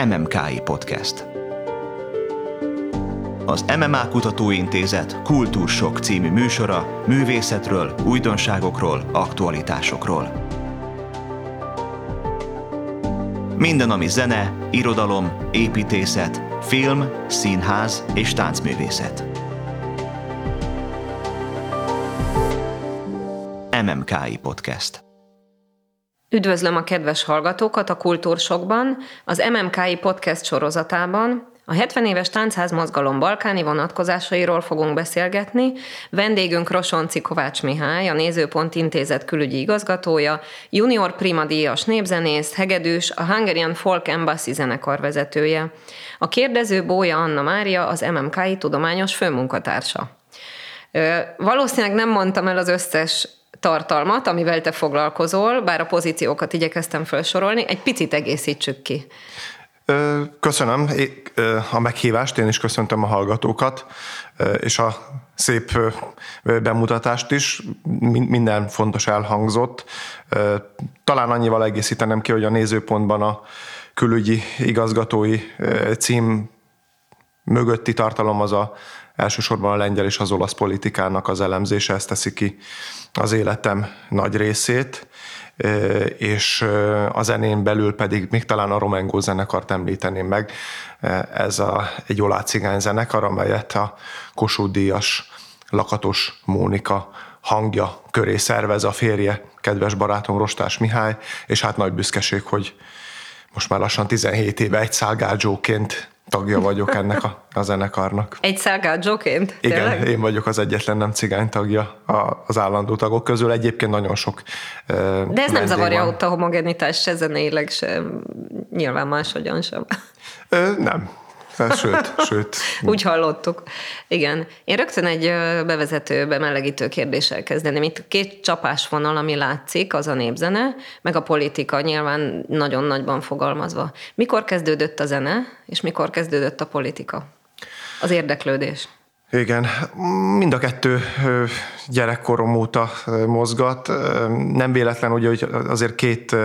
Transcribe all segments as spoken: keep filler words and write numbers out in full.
em em ká i Podcast. Az em em á Kutatóintézet Kultúrsok című műsora művészetről, újdonságokról, aktualitásokról. Minden, ami zene, irodalom, építészet, film, színház és táncművészet. em em ká i Podcast. Üdvözlöm a kedves hallgatókat a Kultúrsokban, az em em ká i Podcast sorozatában. A hetven éves táncház mozgalom balkáni vonatkozásairól fogunk beszélgetni. Vendégünk Rosonci Kovács Mihály, a Nézőpont Intézet külügyi igazgatója, junior prima díjas népzenész, hegedűs, a Hungarian Folk Embassy zenekar vezetője. A kérdező Bója Anna Mária, az em em ká i tudományos főmunkatársa. Valószínűleg nem mondtam el az összes tartalmat, amivel te foglalkozol, bár a pozíciókat igyekeztem felsorolni, egy picit egészítsük ki. Köszönöm a meghívást, én is köszöntöm a hallgatókat, és a szép bemutatást is, minden fontos elhangzott. Talán annyival egészítenem ki, hogy a Nézőpontban a külügyi igazgatói cím mögötti tartalom az a elsősorban a lengyel és az olasz politikának az elemzése, ezt teszi ki az életem nagy részét, és a zenén belül pedig még talán a Romengó zenekart említeném meg. Ez a, egy oláh cigány zenekar, amelyet a Kossuth-díjas Lakatos Mónika hangja köré szervez a férje, kedves barátom Rostás Mihály, és hát nagy büszkeség, hogy most már lassan tizenhét éve egy szálgádzsóként tagja vagyok ennek a, a zenekarnak. Egy szálgádzsóként? Igen, tényleg? én vagyok az egyetlen nem cigány tagja az állandó tagok közül. Egyébként nagyon sok uh, De ez nem zavarja van. ott a homogenitás se zeneileg sem, nyilván máshogyan sem. Ö, nem. Sőt, sőt. Úgy hallottuk. Igen. Én rögtön egy bevezető, bemelegítő kérdéssel kezdeném. Itt két csapásvonal, ami látszik, az a népzene, meg a politika, nyilván nagyon nagyban fogalmazva. Mikor kezdődött a zene, és mikor kezdődött a politika? Az érdeklődés. Igen, mind a kettő gyerekkorom óta mozgat. Nem véletlen, ugye, hogy azért két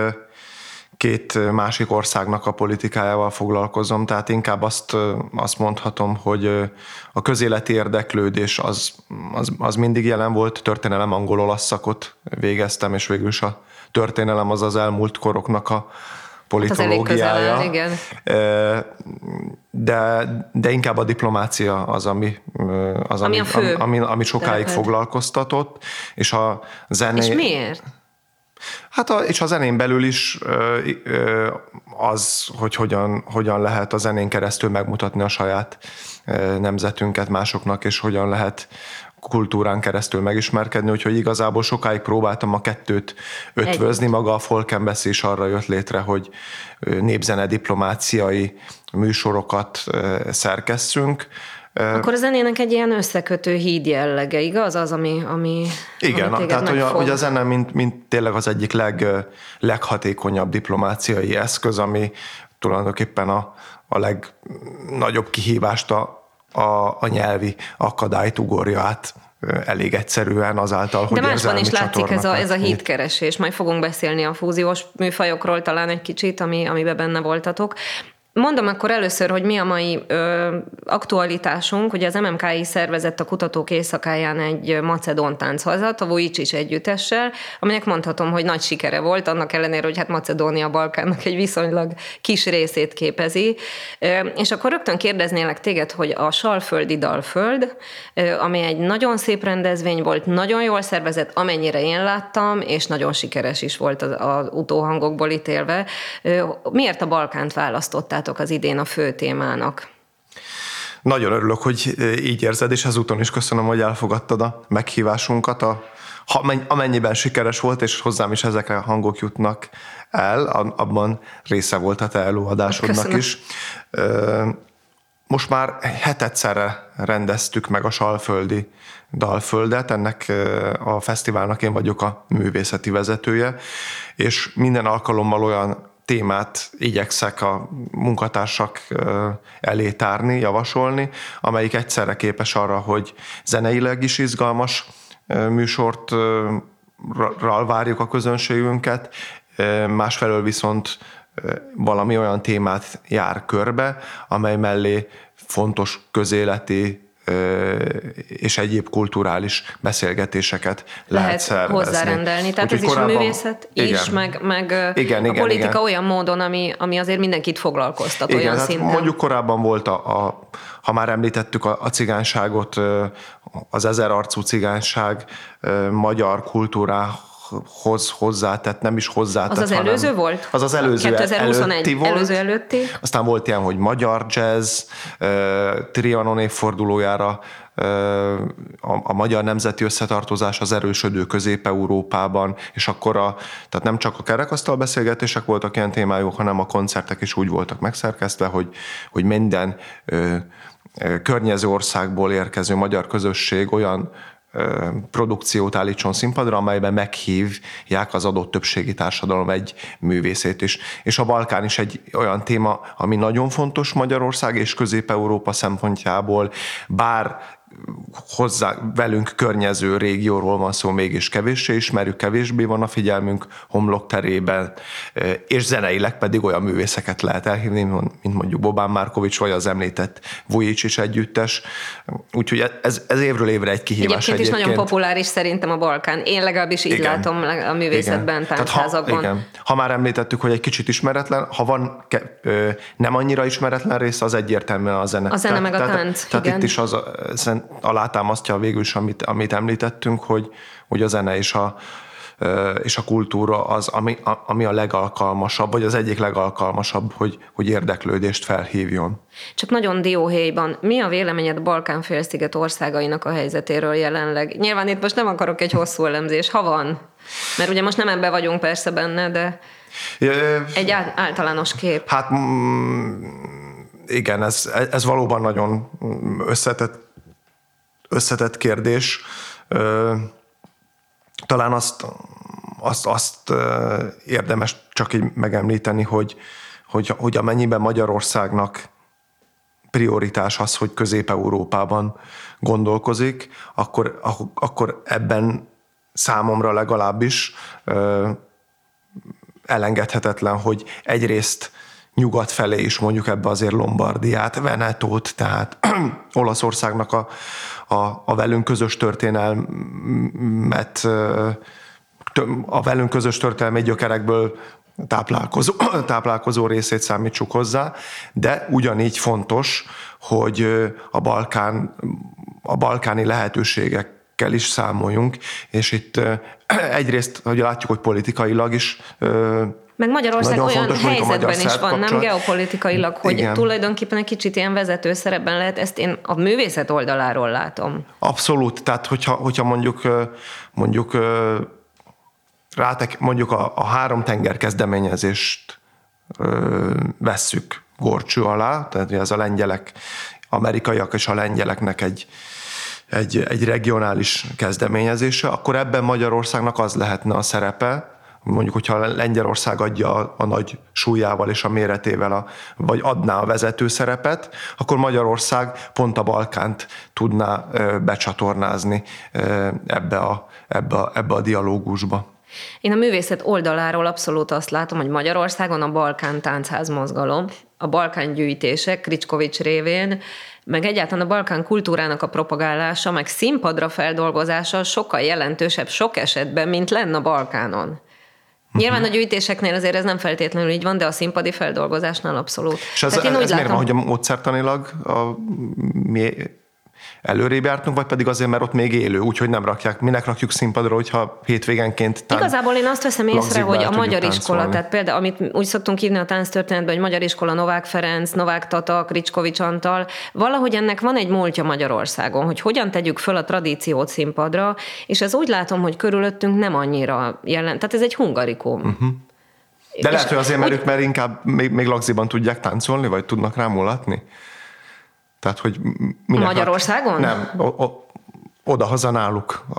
két másik országnak a politikájával foglalkozom, tehát inkább azt, azt mondhatom, hogy a közéleti érdeklődés az, az, az mindig jelen volt, történelem angol-olasz szakot végeztem, és végül is a történelem az az elmúlt koroknak a politológiája. Hát igen. De, de inkább a diplomácia az, ami, az, ami, ami, ami, ami sokáig de foglalkoztatott. És a zené... És miért? Hát a, és a zenén belül is az, hogy hogyan, hogyan lehet a zenén keresztül megmutatni a saját nemzetünket másoknak, és hogyan lehet kultúrán keresztül megismerkedni, úgyhogy igazából sokáig próbáltam a kettőt ötvözni. Egy. Maga a Folk Embassy is arra jött létre, hogy népzene diplomáciai műsorokat szerkesszünk. Akkor a zenének egy ilyen összekötő híd jellege, igaz? Az, ami, ami igen, ami tehát hogy a, hogy a zene, zene mint, mint tényleg az egyik leg, leghatékonyabb diplomáciai eszköz, ami tulajdonképpen a, a legnagyobb kihívást a, a, a nyelvi akadályt ugorja át elég egyszerűen azáltal, hogy de másban is látszik ez a, ez a nyit. hídkeresés. Majd fogunk beszélni a fúziós műfajokról talán egy kicsit, ami, amiben benne voltatok. Mondom akkor először, hogy mi a mai ö, aktualitásunk. Ugye az em em ká i szervezett a Kutatók Éjszakáján egy macedón tánchazat, a Vujicic együttessel, aminek mondhatom, hogy nagy sikere volt, annak ellenére, hogy hát Macedónia Balkánnak egy viszonylag kis részét képezi. Ö, és akkor rögtön kérdeznélek téged, hogy a Salföldi Dalföld, ö, ami egy nagyon szép rendezvény volt, nagyon jól szervezett, amennyire én láttam, és nagyon sikeres is volt az, az utóhangokból ítélve. Ö, miért a Balkánt választották az idén a fő témának? Nagyon örülök, hogy így érzed, és ezúton is köszönöm, hogy elfogadtad a meghívásunkat. A, amennyiben sikeres volt, és hozzám is ezekre a hangok jutnak el, abban része volt a te előadásodnak köszönöm. Is. Most már hetedszerre rendeztük meg a Salföldi Dalföldet, ennek a fesztiválnak én vagyok a művészeti vezetője, és minden alkalommal olyan témát igyekszek a munkatársak elé tárni, javasolni, amelyik egyszerre képes arra, hogy zeneileg is izgalmas műsortral várjuk a közönségünket, másfelől viszont valami olyan témát jár körbe, amely mellé fontos közéleti és egyéb kulturális beszélgetéseket lehet, lehet szervezni. Hozzárendelni. Tehát Úgyhogy ez korábban, is a művészet igen. is, meg, meg igen, a igen, politika igen. olyan módon, ami, ami azért mindenkit foglalkoztat igen, olyan hát szinten. Mondjuk korábban volt, a, a, ha már említettük a, a cigányságot, az ezerarcú cigányság magyar kultúrához hozzátett, nem is hozzátett. Az az hanem, előző volt? Az az előző kétezer-huszonegy előtti volt. Előző előtti? Aztán volt ilyen, hogy magyar jazz, Trianon évfordulójára a, a magyar nemzeti összetartozás az erősödő Közép-Európában, és akkor a, tehát nem csak a kerekasztal beszélgetések voltak ilyen témájuk, hanem a koncertek is úgy voltak megszerkesztve, hogy, hogy minden ö, ö, környező országból érkező magyar közösség olyan produkciót állítson színpadra, amelyben meghívják az adott többségi társadalom egy művészét is. És a Balkán is egy olyan téma, ami nagyon fontos Magyarország és Közép-Európa szempontjából, bár hozzá velünk környező régióról van szó, mégis kevéssé ismerjük, kevésbé van a figyelmünk homlokterében, és zeneileg pedig olyan művészeket lehet elhívni, mint mondjuk Bobán Márkovics, vagy az említett Vujicic együttes. Úgyhogy ez, ez évről évre egy kihívás egyébként. Egyébként is nagyon populáris szerintem a Balkán. Én legalábbis így igen. látom a művészetben, táncházakban. Ha, ha már említettük, hogy egy kicsit ismeretlen, ha van ke, ö, nem annyira ismeretlen része, az egyértelműen a zene. A zene tehát, meg a tehát, tánc, Tehát igen. itt is az alátámasztja végül is, amit, amit említettünk, hogy, hogy a zene és a, és a kultúra az, ami, ami a legalkalmasabb, vagy az egyik legalkalmasabb, hogy, hogy érdeklődést felhívjon. Csak nagyon dióhéjban, mi a véleményed a Balkán-félsziget országainak a helyzetéről jelenleg? Nyilván itt most nem akarok egy hosszú elemzés, ha van, mert ugye most nem ebbe vagyunk persze benne, de egy általános kép. Hát igen, ez, ez valóban nagyon összetett összetett kérdés. Talán azt, azt, azt érdemes csak így megemlíteni, hogy, hogy, hogy amennyiben Magyarországnak prioritás az, hogy Közép-Európában gondolkozik, akkor, akkor ebben számomra legalábbis elengedhetetlen, hogy egyrészt nyugat felé is mondjuk ebbe azért Lombardiát, Venetót, tehát Olaszországnak a, a, a velünk közös történelmet, a velünk közös történelmi gyökerekből táplálkozó, táplálkozó részét számítsuk hozzá, de ugyanígy fontos, hogy a, Balkán, a balkáni lehetőségekkel is számoljunk, és itt egyrészt, hogy látjuk, hogy politikailag is meg Magyarország nagyon olyan fontos, helyzetben is van, kapcsolat. nem geopolitikailag, hogy igen. tulajdonképpen egy kicsit ilyen vezető szerepben lehet, ezt én a művészet oldaláról látom. Abszolút, tehát hogyha, hogyha mondjuk, mondjuk rátek, mondjuk a, a három tenger kezdeményezést vesszük górcső alá, tehát ez a lengyelek, amerikaiak és a lengyeleknek egy, egy, egy regionális kezdeményezése, akkor ebben Magyarországnak az lehetne a szerepe, mondjuk, hogyha Lengyelország adja a, a nagy súlyával és a méretével, a, vagy adná a vezető szerepet, akkor Magyarország pont a Balkánt tudná ö, becsatornázni ö, ebbe, a, ebbe, a, ebbe a dialógusba. Én a művészet oldaláról abszolút azt látom, hogy Magyarországon a Balkán táncház mozgalom, a Balkán gyűjtések Kričkovics révén, meg egyáltalán a Balkán kultúrának a propagálása, meg színpadra feldolgozása sokkal jelentősebb sok esetben, mint lenne a Balkánon. Nyilván a gyűjtéseknél azért ez nem feltétlenül így van, de a színpadi feldolgozásnál abszolút. És ez, ez látom, miért van, hogy a módszertanilag a, mi előrébb jártunk, vagy pedig azért, mert ott még élő, úgyhogy nem rakják, minek rakjuk színpadra, hogyha hétvégenként tán... Igazából én azt veszem észre, hogy a magyar iskola, táncolni. tehát például, amit úgy szoktunk hívni a tánctörténetben, hogy magyar iskola Novák Ferenc, Novák Tata, Kričkovics Antal, valahogy ennek van egy múltja Magyarországon, hogy hogyan tegyük föl a tradíciót színpadra, és ez úgy látom, hogy körülöttünk nem annyira jelen, tehát ez egy hungarikum. Uh-huh. De és lehet, hogy azért, mert ők mert inkább még, még lagziban tudják táncolni, vagy tudnak rámulatni? Tehát, hogy Magyarországon? Nem, o, o, oda-haza náluk a,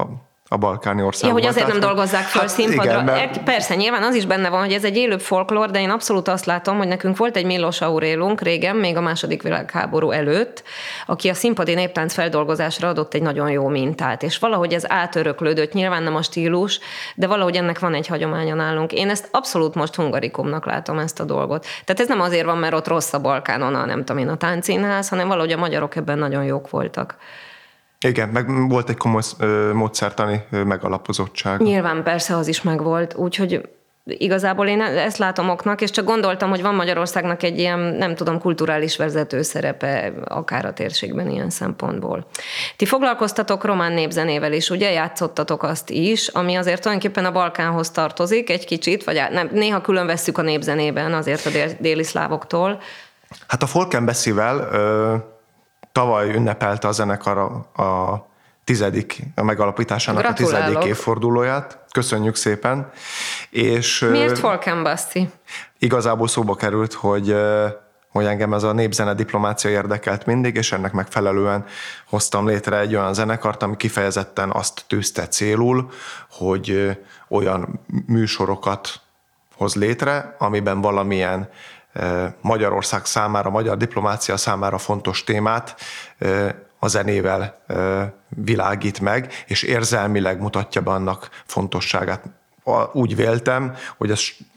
a balkáni országokban. Ja, hogy azért Tehát, nem dolgozzák föl hát színpadra. Igen, mert... Persze, nyilván az is benne van, hogy ez egy élőbb folklór, de én abszolút azt látom, hogy nekünk volt egy Milos Aurélunk régen, még a második világháború előtt, aki a színpadi néptánc feldolgozásra adott egy nagyon jó mintát, és valahogy ez átöröklődött, nyilván nem a stílus, de valahogy ennek van egy hagyománya nálunk. Én ezt abszolút most hungarikumnak látom, ezt a dolgot. Tehát ez nem azért van, mert ott rossz a Balkánon, a nem tudom én, a táncszínház, hanem valahogy a magyarok ebben nagyon jók voltak. Igen, meg volt egy komoly ö, módszertani ö, megalapozottság. Nyilván persze az is megvolt, úgyhogy igazából én ezt látom oknak, és csak gondoltam, hogy van Magyarországnak egy ilyen, nem tudom, kulturális vezető szerepe akár a térségben ilyen szempontból. Ti foglalkoztatok román népzenével is, ugye játszottatok azt is, ami azért tulajdonképpen a Balkánhoz tartozik egy kicsit, vagy nem, néha külön vesszük a népzenében azért a dél, déli szlávoktól. Hát a Folk Embassy-vel ö, tavaly ünnepelte a zenekar a, a tizedik, a megalapításának Gratulálok. a tizedik évfordulóját. Köszönjük szépen. És, Miért Folk Embassy? Igazából szóba került, hogy, hogy engem ez a népzene diplomácia érdekelt mindig, és ennek megfelelően hoztam létre egy olyan zenekart, ami kifejezetten azt tűzte célul, hogy olyan műsorokat hoz létre, amiben valamilyen Magyarország számára, magyar diplomácia számára fontos témát a zenével világít meg, és érzelmileg mutatja be annak fontosságát. Úgy véltem, hogy ez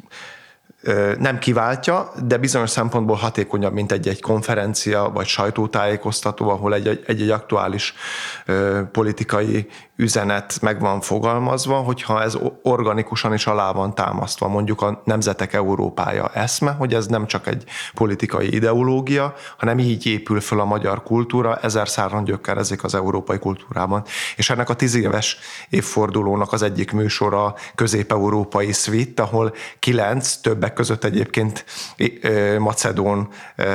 nem kiváltja, de bizonyos szempontból hatékonyabb, mint egy-egy konferencia vagy sajtótájékoztató, ahol egy-egy aktuális politikai üzenet meg van fogalmazva, hogyha ez organikusan is alá van támasztva, mondjuk a Nemzetek Európája eszme, hogy ez nem csak egy politikai ideológia, hanem így épül föl a magyar kultúra, ezer száron gyökerezik az európai kultúrában. És ennek a tíz éves évfordulónak az egyik műsora közép-európai szvit, ahol kilenc, többek között egyébként macedón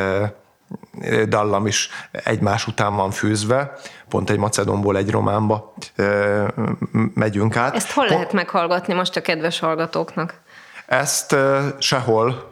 dallam is egymás után van fűzve, pont egy macedónból egy románba megyünk át. Ezt hol lehet meghallgatni most a kedves hallgatóknak? Ezt sehol,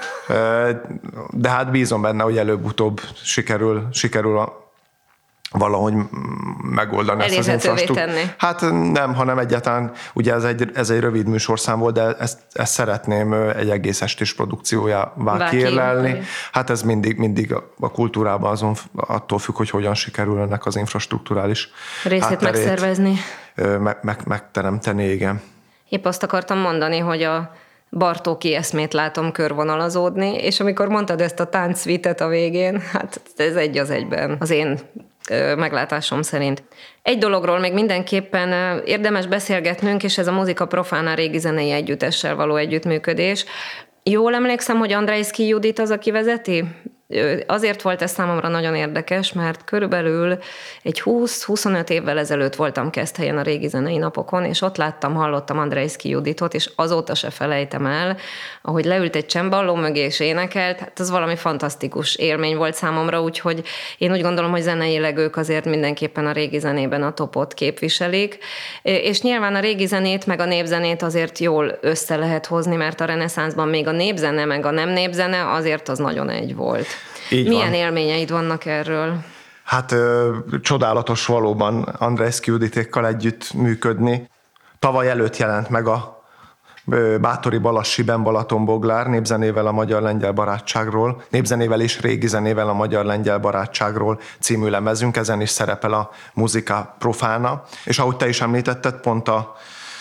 de hát bízom benne, hogy előbb-utóbb sikerül, sikerül a valahogy megoldani ezt az infrastruktúrát. Hát nem, hanem egyáltalán, ugye ez egy, ez egy rövid műsorszám volt, de ezt, ezt szeretném egy egész estés produkciójává kiérlelni. Hát ez mindig, mindig a kultúrában azon attól függ, hogy hogyan sikerül ennek az infrastrukturális részét megszervezni. Meg, meg, megteremteni, igen. Épp azt akartam mondani, hogy a Bartóki eszmét látom körvonalazódni, és amikor mondtad ezt a táncvitet a végén, hát ez egy az egyben az én meglátásom szerint. Egy dologról még mindenképpen érdemes beszélgetnünk, és ez a Muzika Profana régi zenei együttessel való együttműködés. Jól emlékszem, hogy Andrejszky Judit az, aki vezeti? Azért volt ez számomra nagyon érdekes, mert körülbelül egy húsz-huszonöt évvel ezelőtt voltam Keszthelyen a régi zenei napokon, és ott láttam, hallottam Andrejszky Juditot, és azóta se felejtem el, ahogy leült egy csembaló mögé és énekelt, hát az valami fantasztikus élmény volt számomra, úgyhogy én úgy gondolom, hogy zeneileg ők azért mindenképpen a régi zenében a topot képviselik, és nyilván a régi zenét meg a népzenét azért jól össze lehet hozni, mert a reneszánszban még a népzene meg a nem népzene azért az nagyon egy volt. Így Milyen van. Élményeid vannak erről? Hát ö, csodálatos valóban Andrejszky Juditékkal együtt működni. Tavaly előtt jelent meg a ö, Bátori Balassi Ben Balatonboglár népzenével a magyar-lengyel barátságról, népzenével és régi zenével a magyar-lengyel barátságról című lemezünk, ezen is szerepel a Muzika Profana. És ahogy te is említetted, pont a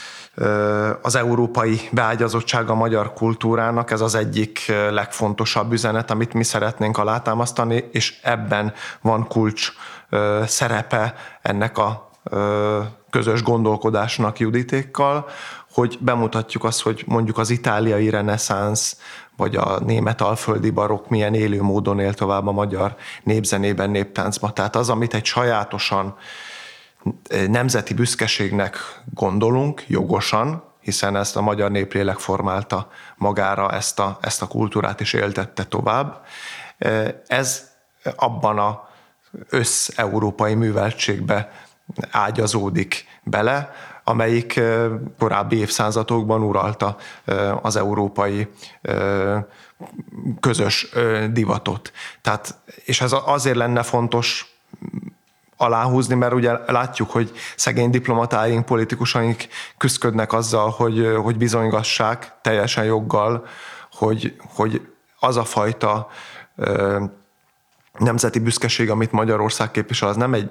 az európai beágyazottsága a magyar kultúrának, ez az egyik legfontosabb üzenet, amit mi szeretnénk alátámasztani, és ebben van kulcs szerepe ennek a közös gondolkodásnak Juditékkal, hogy bemutatjuk azt, hogy mondjuk az itáliai reneszánsz, vagy a német alföldi barokk milyen élő módon él tovább a magyar népzenében, néptáncban. Tehát az, amit egy sajátosan nemzeti büszkeségnek gondolunk, jogosan, hiszen ezt a magyar néplélek formálta magára, ezt a, ezt a kultúrát is éltette tovább. Ez abban az össz-európai műveltségbe ágyazódik bele, amelyik korábbi évszázadokban uralta az európai közös divatot. Tehát, és ez azért lenne fontos aláhúzni, mert ugye látjuk, hogy szegény diplomatáink, politikusaink küszködnek azzal, hogy, hogy bizonygassák teljesen joggal, hogy, hogy az a fajta ö, nemzeti büszkeség, amit Magyarország képvisel, az nem egy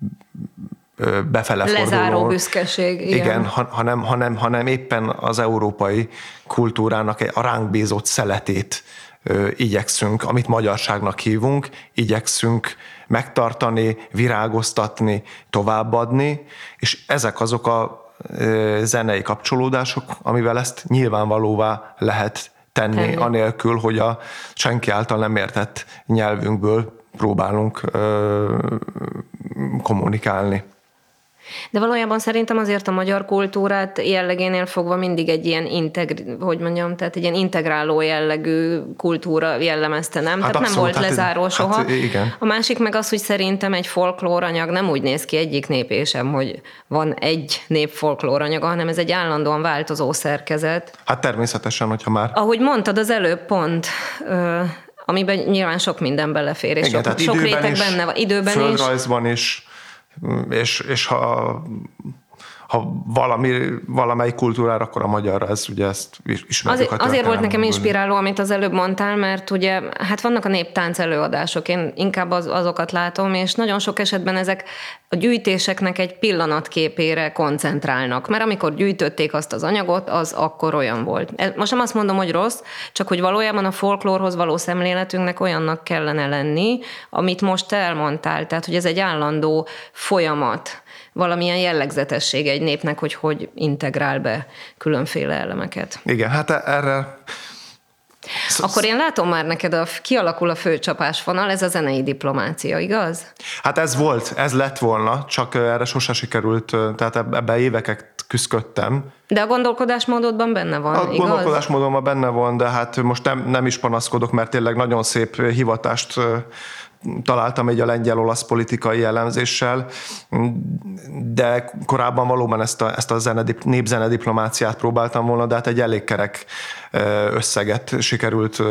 befele forduló. Lezáró büszkeség. Igen, igen hanem, hanem, hanem éppen az európai kultúrának a ránk bízott szeletét ö, igyekszünk, amit magyarságnak hívunk, igyekszünk megtartani, virágoztatni, továbbadni, és ezek azok a ö, zenei kapcsolódások, amivel ezt nyilvánvalóvá lehet tenni, tenni. Anélkül, hogy a senki által nem értett nyelvünkből próbálunk ö, kommunikálni. De valójában szerintem azért a magyar kultúrát jellegénél fogva mindig egy ilyen integri, hogy mondjam, tehát egy ilyen integráló jellegű kultúra jellemezte, nem? Hát tehát abszolút, nem volt hát lezáró hát soha. Igen. A másik meg az, hogy szerintem egy folklóranyag nem úgy néz ki egyik népé sem, hogy van egy nép folklóranyaga, hanem ez egy állandóan változó szerkezet. Hát természetesen, hogyha már... Ahogy mondtad az előbb pont... Ö, amiben nyilván sok minden belefér, és igen, sok, sok réteg benne van. Időben földrajzban is, és, és ha, ha valami, valamelyik kultúrára, akkor a magyarra, ez ugye ezt ismerjük. Azért, azért volt nekem inspiráló, amit az előbb mondtál, mert ugye hát vannak a néptánc előadások, én inkább az, azokat látom, és nagyon sok esetben ezek a gyűjtéseknek egy pillanatképére koncentrálnak, mert amikor gyűjtötték azt az anyagot, az akkor olyan volt. Most nem azt mondom, hogy rossz, csak hogy valójában a folklórhoz való szemléletünknek olyannak kellene lenni, amit most te elmondtál, tehát hogy ez egy állandó folyamat, valamilyen jellegzetesség egy népnek, hogy hogy integrál be különféle elemeket. Igen, hát erre... Akkor én látom már neked, a, kialakul a főcsapásvonal, ez a zenei diplomácia, igaz? Hát ez volt, ez lett volna, csak erre sose sikerült, tehát ebben éveket küzdöttem. De a gondolkodásmódodban benne van, a igaz? A gondolkodásmódonban benne van, de hát most nem, nem is panaszkodok, mert tényleg nagyon szép hivatást találtam egy a lengyel-olasz politikai jellemzéssel, de korábban valóban ezt a, ezt a zenedip, népzenediplomáciát próbáltam volna, de hát egy elég kerek összeget sikerült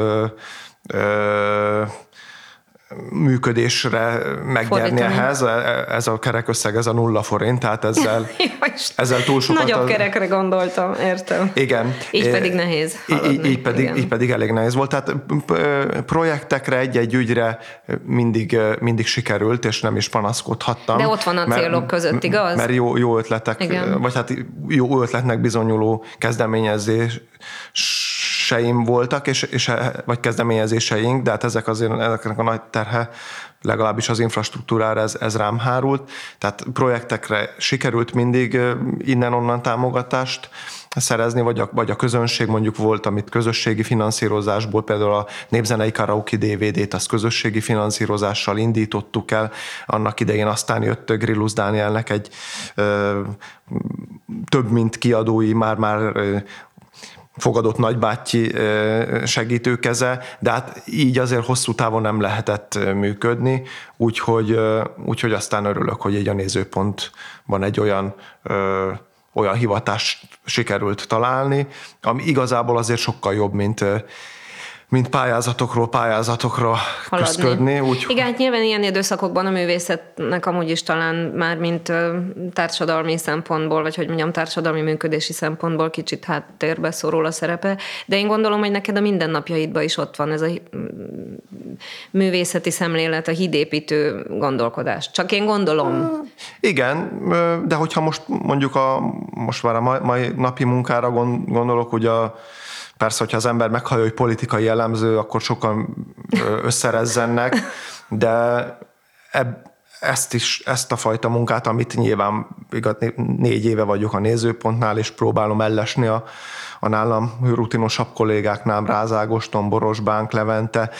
működésre megnyerni ehhez. Ez a kerek összeg, ez a nulla forint, tehát ezzel, ezzel túl sokat... Nagyobb az... kerekre gondoltam, értem. Igen. Így pedig nehéz haladni. Így, így, pedig, így pedig elég nehéz volt. Tehát projektekre, egy-egy ügyre mindig, mindig sikerült, és nem is panaszkodhattam. De ott van a célok mert, között, igaz? Mert jó, jó ötletek, igen. Vagy hát jó ötletnek bizonyuló kezdeményezés seim voltak, és, és, vagy kezdeményezéseink, de hát ezek azért, ezeknek a nagy terhe, legalábbis az infrastruktúrára ez, ez rám hárult. Tehát projektekre sikerült mindig innen-onnan támogatást szerezni, vagy a, vagy a közönség mondjuk volt, amit közösségi finanszírozásból, például a népzenei karaoke dé vé dét, azt közösségi finanszírozással indítottuk el. Annak idején aztán jött Grillus Dánielnek egy ö, több mint kiadói, már-már fogadott nagybátyji segítőkeze, de hát így azért hosszú távon nem lehetett működni, úgyhogy, úgyhogy aztán örülök, hogy egy a nézőpontban egy olyan, olyan hivatást sikerült találni, ami igazából azért sokkal jobb, mint mint pályázatokról pályázatokra haladni. Küszködni. Úgy... Igen, hát nyilván ilyen időszakokban a művészetnek amúgy is talán már mint társadalmi szempontból, vagy hogy mondjam, társadalmi működési szempontból kicsit háttérbe szorul a szerepe, de én gondolom, hogy neked a mindennapjaidban is ott van ez a művészeti szemlélet, a hídépítő gondolkodás. Csak én gondolom. Igen, de hogyha most mondjuk a, most már a mai, mai napi munkára gondolok, hogy a persze, hogyha az ember meghallja, hogy politikai jellemző, akkor sokan összerezzennek, de eb, ezt is, ezt a fajta munkát, amit nyilván igaz, négy éve vagyok a nézőpontnál, és próbálom ellesni a, a nálam rutinosabb kollégáknál, Ráz Ágoston, Boros Bánk, Levente,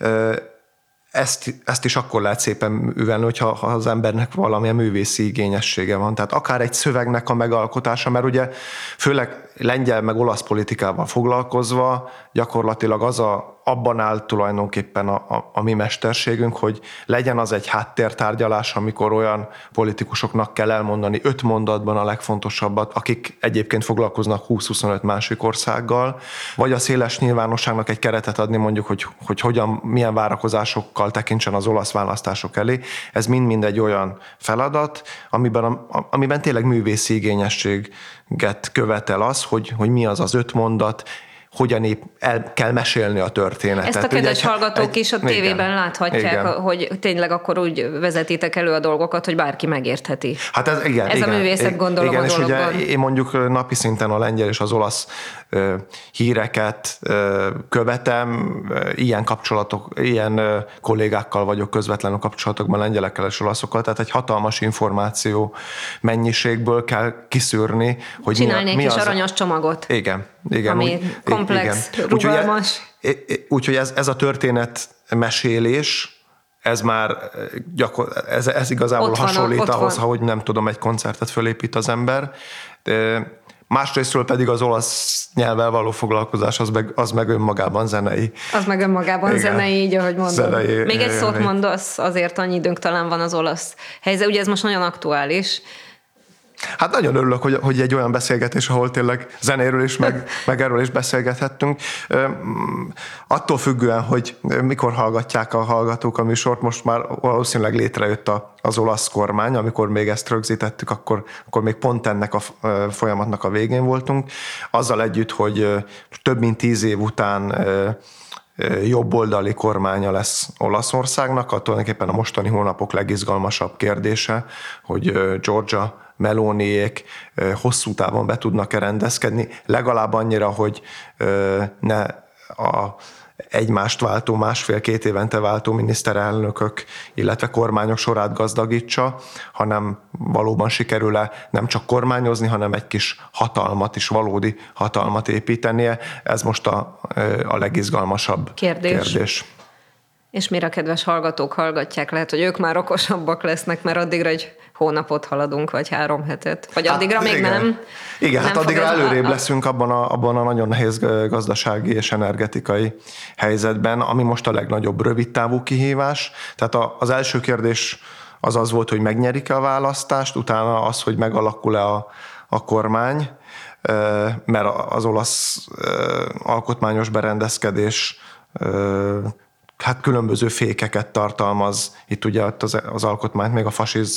Ezt, ezt is akkor lehet szépen művelni, hogyha ha az embernek valamilyen művészi igényessége van. Tehát akár egy szövegnek a megalkotása, mert ugye főleg lengyel meg olasz politikával foglalkozva gyakorlatilag az a, abban áll tulajdonképpen a, a, a mi mesterségünk, hogy legyen az egy háttértárgyalás, amikor olyan politikusoknak kell elmondani öt mondatban a legfontosabbat, akik egyébként foglalkoznak húsz-huszonöt másik országgal, vagy a széles nyilvánosságnak egy keretet adni mondjuk, hogy, hogy hogyan, milyen várakozásokkal tekintsen az olasz választások elé. Ez mind-mind egy olyan feladat, amiben, a, amiben tényleg művészi igényességet követel az, hogy, hogy mi az az öt mondat, hogyan épp el kell mesélni a történetet. Ezt a kedves Ugye, hallgatók egy, is a tévében igen, láthatják, igen. hogy tényleg akkor úgy vezetitek elő a dolgokat, hogy bárki megértheti. Hát ez, igen, ez igen, a művészet gondolom igen, a és dologban. ugye én mondjuk napi szinten a lengyel és az olasz uh, híreket uh, követem, uh, ilyen kapcsolatok, ilyen uh, kollégákkal vagyok közvetlenül kapcsolatokban lengyelekkel és olaszokkal, tehát egy hatalmas információ mennyiségből kell kiszűrni, hogy csinálni mi, egy mi kis az aranyos csomagot. Igen, igen. Ami úgy, komplex, igen. rugalmas. Úgyhogy, úgyhogy ez, ez a történet mesélés, ez már gyakor, ez, ez igazából ott van, hasonlít ahhoz, van. hogy nem tudom, egy koncertet fölépít az ember. De másrésztről pedig az olasz nyelvvel való foglalkozás, az meg, az meg önmagában zenei. Az meg önmagában igen. zenei, így ahogy mondom. Zenei, Még egy szót zenei. mondasz, azért annyi időnk talán van az olasz helyzet. Ugye ez most nagyon aktuális. Hát nagyon örülök, hogy, hogy egy olyan beszélgetés, ahol tényleg zenéről is, meg, meg erről is beszélgethettünk. Attól függően, hogy mikor hallgatják a hallgatók a műsort, most már valószínűleg létrejött az olasz kormány, amikor még ezt rögzítettük, akkor, akkor még pont ennek a folyamatnak a végén voltunk. Azzal együtt, hogy több mint tíz év után jobboldali kormánya lesz Olaszországnak, tulajdonképpen a mostani hónapok legizgalmasabb kérdése, hogy Giorgia Meloniék hosszú távon be tudnak-e rendezkedni, legalább annyira, hogy ne a egymást váltó, másfél-két évente váltó miniszterelnökök, illetve kormányok sorát gazdagítsa, hanem valóban sikerül-e nem csak kormányozni, hanem egy kis hatalmat is, valódi hatalmat építenie. Ez most a, a legizgalmasabb kérdés. kérdés. És mire kedves hallgatók hallgatják, lehet, hogy ők már okosabbak lesznek, mert addigra egy hónapot haladunk, vagy három hetet. Vagy addigra hát, még igen. nem. Igen, nem hát addigra előrébb a... leszünk abban a, abban a nagyon nehéz gazdasági és energetikai helyzetben, ami most a legnagyobb rövidtávú kihívás. Tehát az első kérdés az az volt, hogy megnyerik-e a választást, utána az, hogy megalakul-e a, a kormány, mert az olasz alkotmányos berendezkedés hát különböző fékeket tartalmaz. Itt ugye az, az alkotmányt még a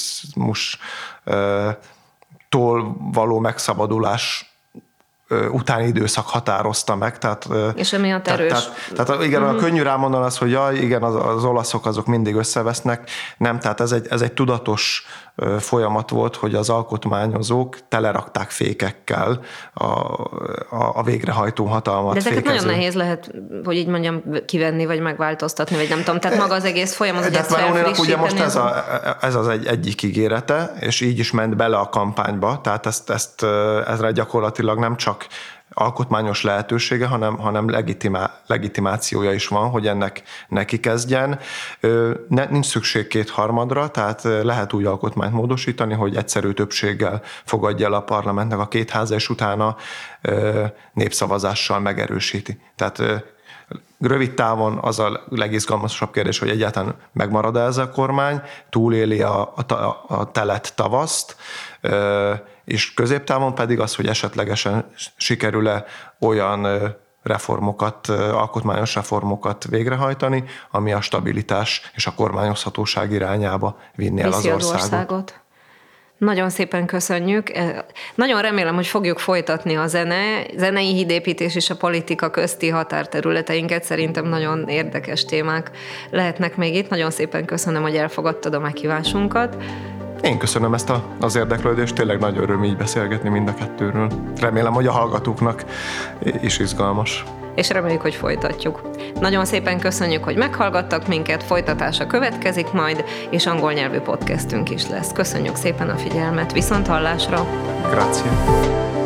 fasizmustól való megszabadulás utáni időszak határozta meg. Tehát, és emiatt erős. Tehát, tehát igen, uh-huh. könnyű rámondani az, hogy jaj, igen, az, az olaszok azok mindig összevesznek. Nem, tehát ez egy, ez egy tudatos folyamat volt, hogy az alkotmányozók telerakták fékekkel a, a, a végrehajtó hatalmat. De ezeket fékező. Nagyon nehéz lehet, hogy így mondjam, kivenni, vagy megváltoztatni, vagy nem tudom. Tehát maga az egész folyamat, hogy ezt felfrissíteni. Ugye most ez, a, ez az egy, egyik ígérete, és így is ment bele a kampányba, tehát ezt, ezt ezre gyakorlatilag nem csak alkotmányos lehetősége, hanem, hanem legitimá, legitimációja is van, hogy ennek neki kezdjen. Ne, nincs szükség kétharmadra, tehát lehet úgy alkotmányt módosítani, hogy egyszerű többséggel fogadja el a parlamentnek a két háza, és utána népszavazással megerősíti. Tehát rövid távon az a legizgalmasabb kérdés, hogy egyáltalán megmarad-e ez a kormány, túléli a, a, a telett tavaszt, és középtávon pedig az, hogy esetlegesen sikerül-e olyan reformokat, alkotmányos reformokat végrehajtani, ami a stabilitás és a kormányozhatóság irányába vinni el az országot. az országot. Nagyon szépen köszönjük. Nagyon remélem, hogy fogjuk folytatni a zene, zenei hídépítés és a politika közti határterületeinket. Szerintem nagyon érdekes témák lehetnek még itt. Nagyon szépen köszönöm, hogy elfogadtad a meghívásunkat. Én köszönöm ezt a, az érdeklődést, tényleg nagy öröm így beszélgetni mind a kettőről. Remélem, hogy a hallgatóknak is izgalmas. És reméljük, hogy folytatjuk. Nagyon szépen köszönjük, hogy meghallgattak minket, folytatása következik majd, és angol nyelvű podcastünk is lesz. Köszönjük szépen a figyelmet, viszont hallásra! Grazie!